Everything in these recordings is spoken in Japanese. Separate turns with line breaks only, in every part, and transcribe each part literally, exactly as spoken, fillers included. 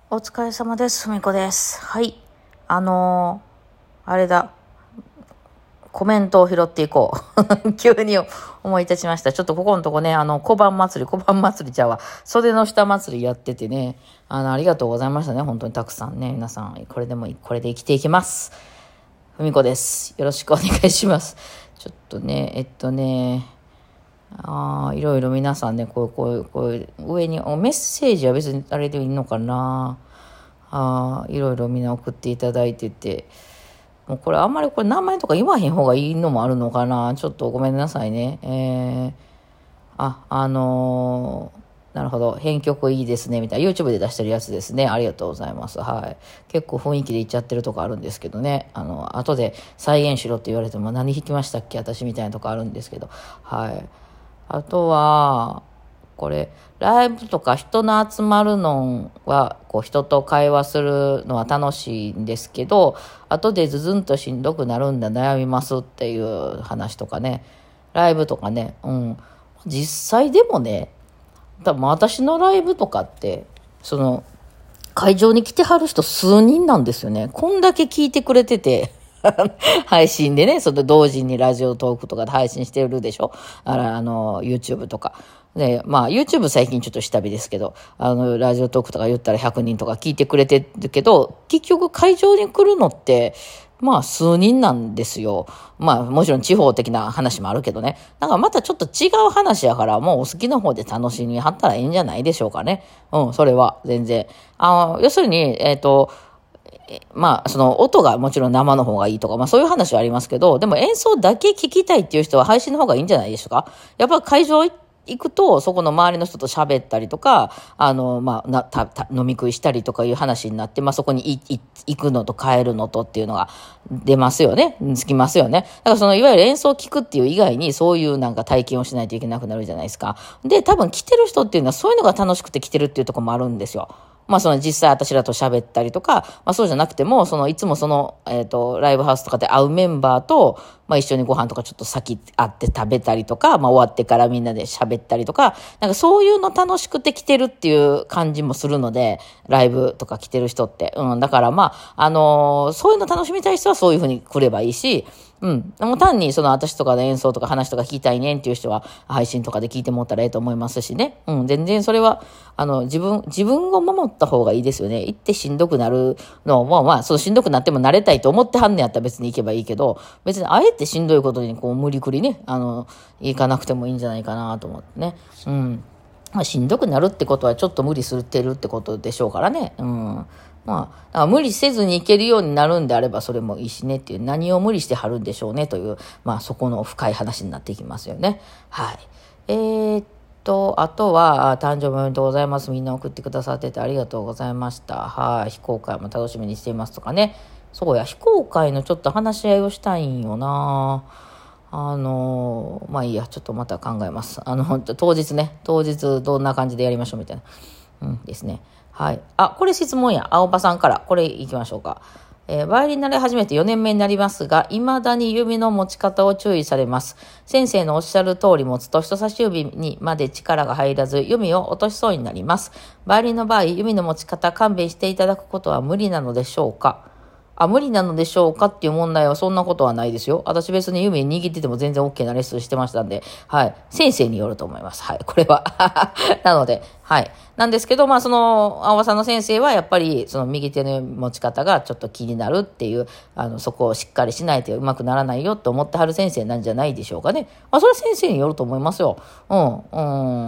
お疲れ様です。ふみこです。はい。あのー、あれだ。コメントを拾っていこう。急に思い立ちました。ちょっとここのとこね、あの、小判祭り、小判祭りちゃうわ。袖の下祭りやっててね、あの、ありがとうございましたね。本当にたくさんね。皆さん、これでも、これで生きていきます。ふみこです。よろしくお願いします。ちょっとね、えっとね、ああ、いろいろ皆さんね、こう、こう、こう、上に、メッセージは別にあれでいいのかな。ああ、いろいろみんな送っていただいてて、もうこれあんまりこれ名前とか言わへん方がいいのもあるのかな。ちょっとごめんなさいね。えー、あ、あのー、なるほど。編曲いいですね。みたいな。YouTube で出してるやつですね。ありがとうございます。はい。結構雰囲気で言っちゃってるとこあるんですけどね。あの、後で再現しろって言われても何弾きましたっけ私みたいなとこあるんですけど。はい。あとは、これ、ライブとか人の集まるのは、こう人と会話するのは楽しいんですけど、後でズズンとしんどくなるんだ、悩みますっていう話とかね。ライブとかね。うん。実際でもね、多分私のライブとかって、その、会場に来てはる人数人なんですよね。こんだけ聞いてくれてて、配信でね、その同時にラジオトークとかで配信してるでしょ。あら、あの、YouTube とか。で、まあ、YouTube 最近ちょっと下火ですけど、あの、ラジオトークとか言ったらひゃくにんとか聞いてくれてるけど、結局会場に来るのって、まあ、数人なんですよ。まあ、もちろん地方的な話もあるけどね。だからまたちょっと違う話やから、もうお好きな方で楽しみはったらいいんじゃないでしょうかね。うん、それは、全然。あの、要するに、えっと、まあ、その音がもちろん生の方がいいとか、まあそういう話はありますけど、でも演奏だけ聞きたいっていう人は配信の方がいいんじゃないでしょうか。やっぱ会場行くと、そこの周りの人と喋ったりとか、あの、まあ、な、た、た、飲み食いしたりとかいう話になって、まあそこにい、い、行くのと帰るのとっていうのが出ますよね。つきますよね。だからその、いわゆる演奏を聞くっていう以外に、そういうなんか体験をしないといけなくなるじゃないですか。で、多分来てる人っていうのはそういうのが楽しくて来てるっていうところもあるんですよ。まあその実際私らと喋ったりとか、まあそうじゃなくても、そのいつもその、えっと、ライブハウスとかで会うメンバーと、まあ一緒にご飯とかちょっと先会って食べたりとか、まあ終わってからみんなで喋ったりとか、なんかそういうの楽しくて来てるっていう感じもするので、ライブとか来てる人って。うん、だからまあ、あのー、そういうの楽しみたい人はそういうふうに来ればいいし、うん。もう単にその私とかの演奏とか話とか聞きたいねんっていう人は配信とかで聞いてもらったらええと思いますしね。うん。全然それは、あの、自分、自分を守った方がいいですよね。行ってしんどくなるのも、まあ、そうしんどくなっても慣れたいと思ってはんねやったら別に行けばいいけど、別にあえてしんどいことにこう無理くりね、あの、行かなくてもいいんじゃないかなと思ってね。うん。まあ、しんどくなるってことはちょっと無理するってるってことでしょうからね。うん。まあ、だから無理せずに行けるようになるんであればそれもいいしねっていう、何を無理してはるんでしょうねという、まあそこの深い話になっていきますよね。はい。えー、っと、あとは、誕生日おめでとうございます。みんな送ってくださっててありがとうございました。はい。非公開も楽しみにしていますとかね。そうや、非公開のちょっと話し合いをしたいんよな。あの、まあいいや、ちょっとまた考えます。あの、当日ね、当日どんな感じでやりましょうみたいな。うんですね。はい。あ、これ質問や。青葉さんから。これ行きましょうか。えー、バイオリン習い始めてよねんめになりますが、未だに指の持ち方を注意されます。先生のおっしゃる通り持つと人差し指にまで力が入らず、指を落としそうになります。バイオリンの場合、指の持ち方勘弁していただくことは無理なのでしょうか。あ、無理なのでしょうかっていう問題はそんなことはないですよ。私別に指握ってても全然 OK なレッスンしてましたんで、はい。先生によると思います。はい。これは。なので、はい。なんですけど、まあその、青葉さんの先生はやっぱりその右手の持ち方がちょっと気になるっていう、あの、そこをしっかりしないとうまくならないよと思ってはる先生なんじゃないでしょうかね。まあそれは先生によると思いますよ。うん、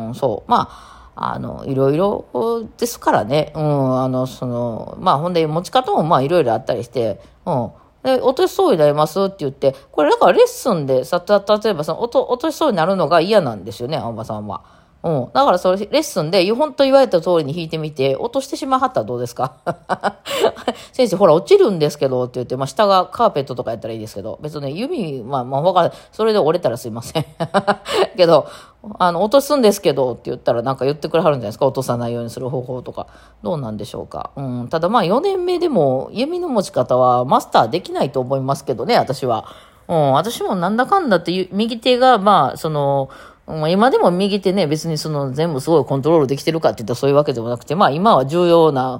うん、そう。まあ、あの、いろいろですからね。うん、あの、その、まあ、ほんで、持ち方もまあ、いろいろあったりして、うん。で、落としそうになりますって言って、これだからレッスンでさ、た、例えばその、落と、落としそうになるのが嫌なんですよね、青葉さんは。うん。だからそれ、レッスンで、本当言われた通りに弾いてみて、落としてしまはったらどうですか先生、ほら、落ちるんですけど、って言って、まあ、下がカーペットとかやったらいいですけど、別にね、指、まあ、まあ、わかる。それで折れたらすいません。けど、あの、落とすんですけど、って言ったらなんか言ってくれはるんじゃないですか。落とさないようにする方法とか。どうなんでしょうか。うん。ただまあ、よねんめでも、指の持ち方はマスターできないと思いますけどね、私は。うん。私もなんだかんだって、右手が、まあ、その、今でも右手ね、別にその全部すごいコントロールできてるかって言ったらそういうわけでもなくて、まあ今は重要な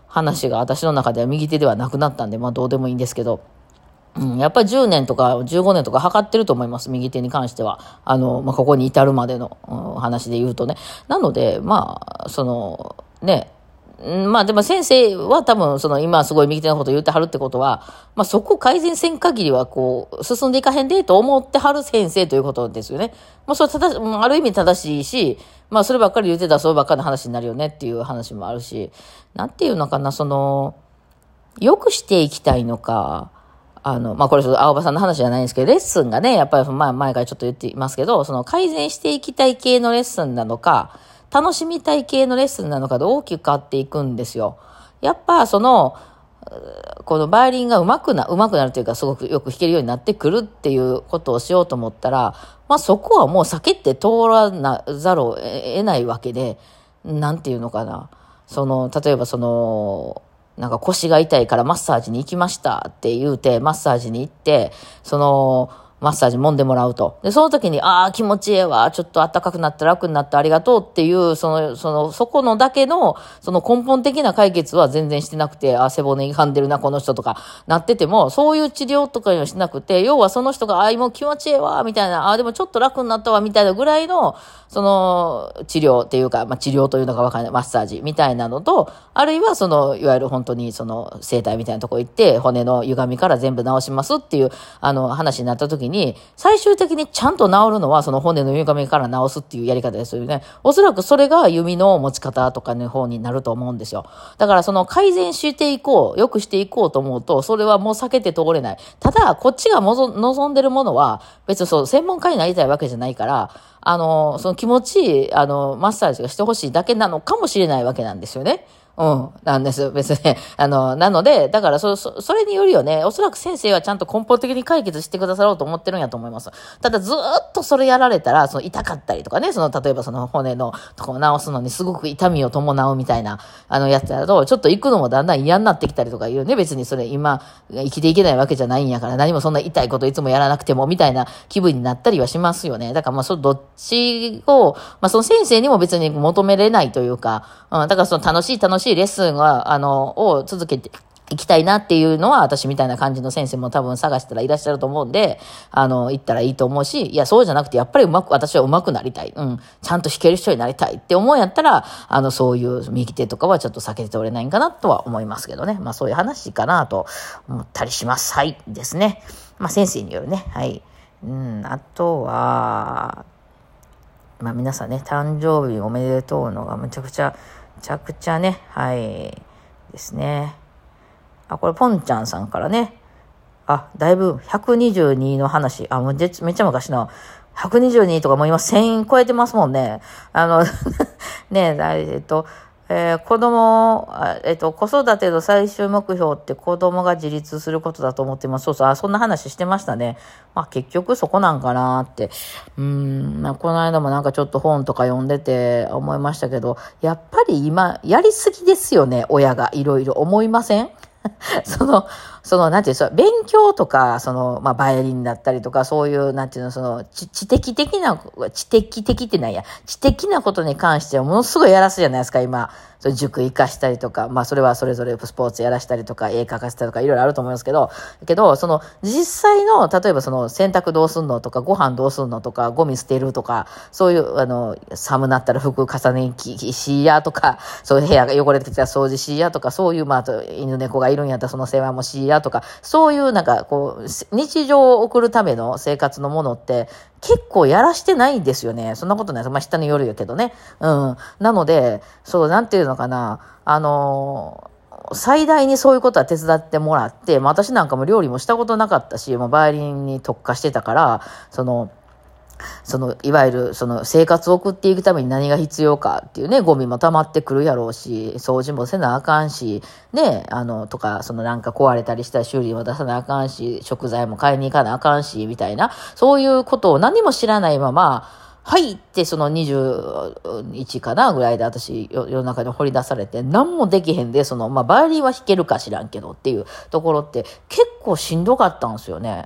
話が私の中では右手ではなくなったんで、まあどうでもいいんですけど、うん、やっぱりじゅうねんとかじゅうごねんとか測ってると思います。右手に関しては。あの、まあ、ここに至るまでの、うん、話で言うとね。なので、まあ、その、ね、まあでも先生は多分その今すごい右手のこと言ってはるってことは、まあそこ改善せん限りはこう進んでいかへんでと思ってはる先生ということですよね。まあそれ正し、ある意味正しいし、まあそればっかり言ってたらそればっかりの話になるよねっていう話もあるし、なんていうのかな、その、良くしていきたいのか、あの、まあ、これちょっと青葉さんの話じゃないんですけど、レッスンがね、やっぱり前、前からちょっと言っていますけど、その改善していきたい系のレッスンなのか、楽しみたい系のレッスンなのかで大きく変わっていくんですよ。やっぱその、このバイオリンが上手くな、上手くなるというか、すごくよく弾けるようになってくるっていうことをしようと思ったら、まあそこはもう避けて通らなざるを得ないわけで、なんていうのかな。その、例えばその、なんか腰が痛いからマッサージに行きましたって言うて、マッサージに行って、その、マッサージ揉んでもらうと。で、その時に、ああ、気持ちいいわ、ちょっと暖かくなった楽になったありがとうっていう、その、その、そこのだけの、その根本的な解決は全然してなくて、ああ、背骨歪んでるな、この人とか、なってても、そういう治療とかにはしなくて、要はその人が、ああ、もう気持ちいいわ、みたいな、ああ、でもちょっと楽になったわ、みたいなぐらいの、その、治療っていうか、まあ、治療というのかわからない、マッサージみたいなのと、あるいはその、いわゆる本当にその、整体みたいなとこ行って、骨の歪みから全部治しますっていう、あの、話になった時に、最終的にちゃんと治るのは、その骨の歪みから治すっていうやり方ですよね。おそらくそれが弓の持ち方とかの方になると思うんですよ。だからその改善していこう、良くしていこうと思うと、それはもう避けて通れない。ただ、こっちがもぞ望んでるものは、別にそう、専門家になりたいわけじゃないから、あの、その気持ちいい、あの、マッサージがしてほしいだけなのかもしれないわけなんですよね。うん、なんです。別に。あの、なので、だからそ、そ、それによるよね。おそらく先生はちゃんと根本的に解決してくださろうと思ってるんやと思います。ただずーっとそれやられたら、その痛かったりとかね、その、例えばその骨のとこを治すのにすごく痛みを伴うみたいな、あの、やつだと、ちょっと行くのもだんだん嫌になってきたりとかいうね、別にそれ今、生きていけないわけじゃないんやから、何もそんな痛いこといつもやらなくても、みたいな気分になったりはしますよね。だからまあ、そのどっちを、まあ、その先生にも別に求めれないというか、うん、だからその楽しい楽しいレッスンは、あの、を続けていきたいなっていうのは、私みたいな感じの先生も多分探したらいらっしゃると思うんで、あの、行ったらいいと思うし、いや、そうじゃなくて、やっぱりうまく、私はうまくなりたい。うん。ちゃんと弾ける人になりたいって思うんやったら、あの、そういう右手とかはちょっと避けて通れないんかなとは思いますけどね。まあ、そういう話かなと思ったりします。はい。ですね。まあ、先生によるね。はい。うん。あとは、まあ、皆さんね、誕生日おめでとうのがむちゃくちゃ、めちゃくちゃね、はい、ですね。あ、これ、ポンちゃんさんからね。あ、だいぶ、ひゃくにじゅうにの話。あ、もうめっちゃ昔の。ひゃくにじゅうにとかもう今せん超えてますもんね。あの、ねえ、えっと、えー、子供、えっと、子育ての最終目標って子供が自立することだと思ってます。そうそう、あ、そんな話してましたね。まあ結局そこなんかなって。うーん、まあ、この間もなんかちょっと本とか読んでて思いましたけど、やっぱり今、やりすぎですよね、親がいろいろ思いません？その、その、なんていうの、勉強とか、その、まあ、バイオリンだったりとか、そういう、なんていうの、その、知、知的的な、知的的ってなんや、知的なことに関してはものすごいやらすじゃないですか、今。それ塾行かしたりとか、まあ、それはそれぞれスポーツやらしたりとか、絵描かせたりとか、いろいろあると思いますけど、けど、その、実際の、例えばその、洗濯どうすんのとか、ご飯どうすんのとか、ゴミ捨てるとか、そういう、あの、寒なったら服重ね着しやとか、そういう部屋が汚れてきたら掃除しやとか、そういう、まあ、犬猫がいるんやったらその世話もしやとか、そういうなんか、こう、日常を送るための生活のものって、結構やらしてないんですよね。そんなことないです。まあ、下によるやけどね。うん。なので、そう、なんていうのかな。あのー、最大にそういうことは手伝ってもらって、まあ、私なんかも料理もしたことなかったし、もうバイオリンに特化してたから、その、その、いわゆる、その、生活を送っていくために何が必要かっていうね、ゴミも溜まってくるやろうし、掃除もせなあかんし、ね、あの、とか、そのなんか壊れたりしたら修理も出さなあかんし、食材も買いに行かなあかんし、みたいな、そういうことを何も知らないまま、はいってそのにじゅういちかなぐらいで私世の中に掘り出されて何もできへんで、その、まあ、バイオリンは弾けるか知らんけどっていうところって結構しんどかったんですよね。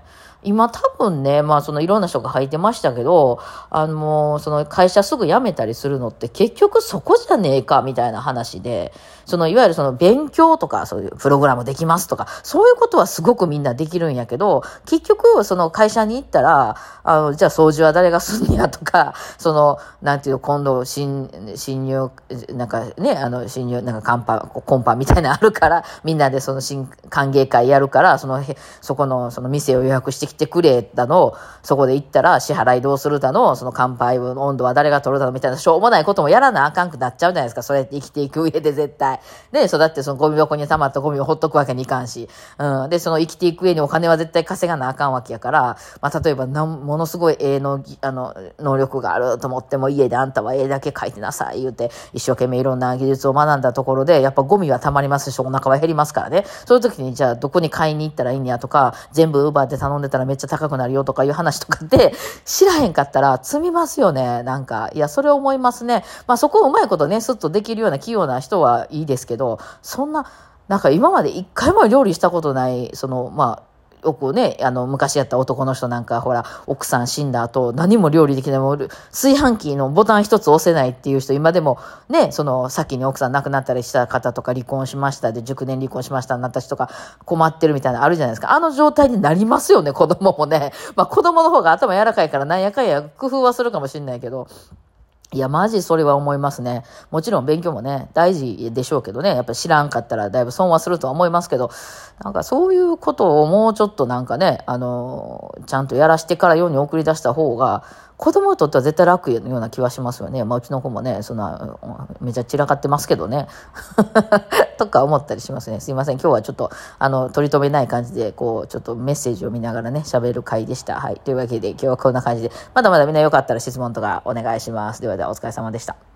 今多分ね、まあそのいろんな人が書いてましたけど、あの、その会社すぐ辞めたりするのって結局そこじゃねえかみたいな話で、そのいわゆるその勉強とかそういうプログラムできますとか、そういうことはすごくみんなできるんやけど、結局その会社に行ったら、あの、じゃあ掃除は誰がすんねやとか、その、なんていうの、今度新、新入、なんかね、あの、新入、なんかカンパ、コンパみたいなのあるから、みんなでその新歓迎会やるから、その、そこの、その店を予約してきてくれだの、そこで行ったら支払いどうするだの、その乾杯の温度は誰が取るだのみたいなしょうもないこともやらなあかんくなっちゃうじゃないですか。そうやって生きていく上で絶対。で、そうだってそのゴミ箱に溜まったゴミをほっとくわけにいかんし。うん。で、その生きていく上にお金は絶対稼がなあかんわけやから、まあ例えばなん、ものすごい絵の、あの、能力があると思っても家であんたは絵だけ描いてなさい言うて、一生懸命いろんな技術を学んだところで、やっぱゴミは溜まりますし、お腹は減りますからね。そういう時にじゃあどこに買いに行ったらいいんやとか、全部ウーバーで頼んでたらめっちゃ高くなるよとかいう話とかって知らへんかったら積みますよね。なんか、いや、それ思いますね。まあそこをうまいことね、スッとできるような器用な人はいいですけど、そんな、なんか今まで一回も料理したことない、その、まあ、よくね、あの、昔やった男の人なんか、ほら、奥さん死んだ後、何も料理できない、もう炊飯器のボタン一つ押せないっていう人、今でも、ね、その、先に奥さん亡くなったりした方とか、離婚しましたで、熟年離婚しましたになった人とか、困ってるみたいなのあるじゃないですか。あの状態になりますよね、子供もね。まあ、子供の方が頭柔らかいから、なんやかんや工夫はするかもしれないけど、いや、マジそれは思いますね。もちろん勉強もね、大事でしょうけどね。やっぱり知らんかったらだいぶ損はするとは思いますけど、なんかそういうことをもうちょっとなんかね、あの、ちゃんとやらしてから世に送り出した方が、子供にとっては絶対楽のような気はしますよね。まあうちの子もね、そんな、めちゃ散らかってますけどね。とか思ったりしますね。すいません。今日はちょっと、あの、取り留めない感じで、こう、ちょっとメッセージを見ながらね、喋る回でした。はい。というわけで今日はこんな感じで、まだまだみんなよかったら質問とかお願いします。ではではお疲れ様でした。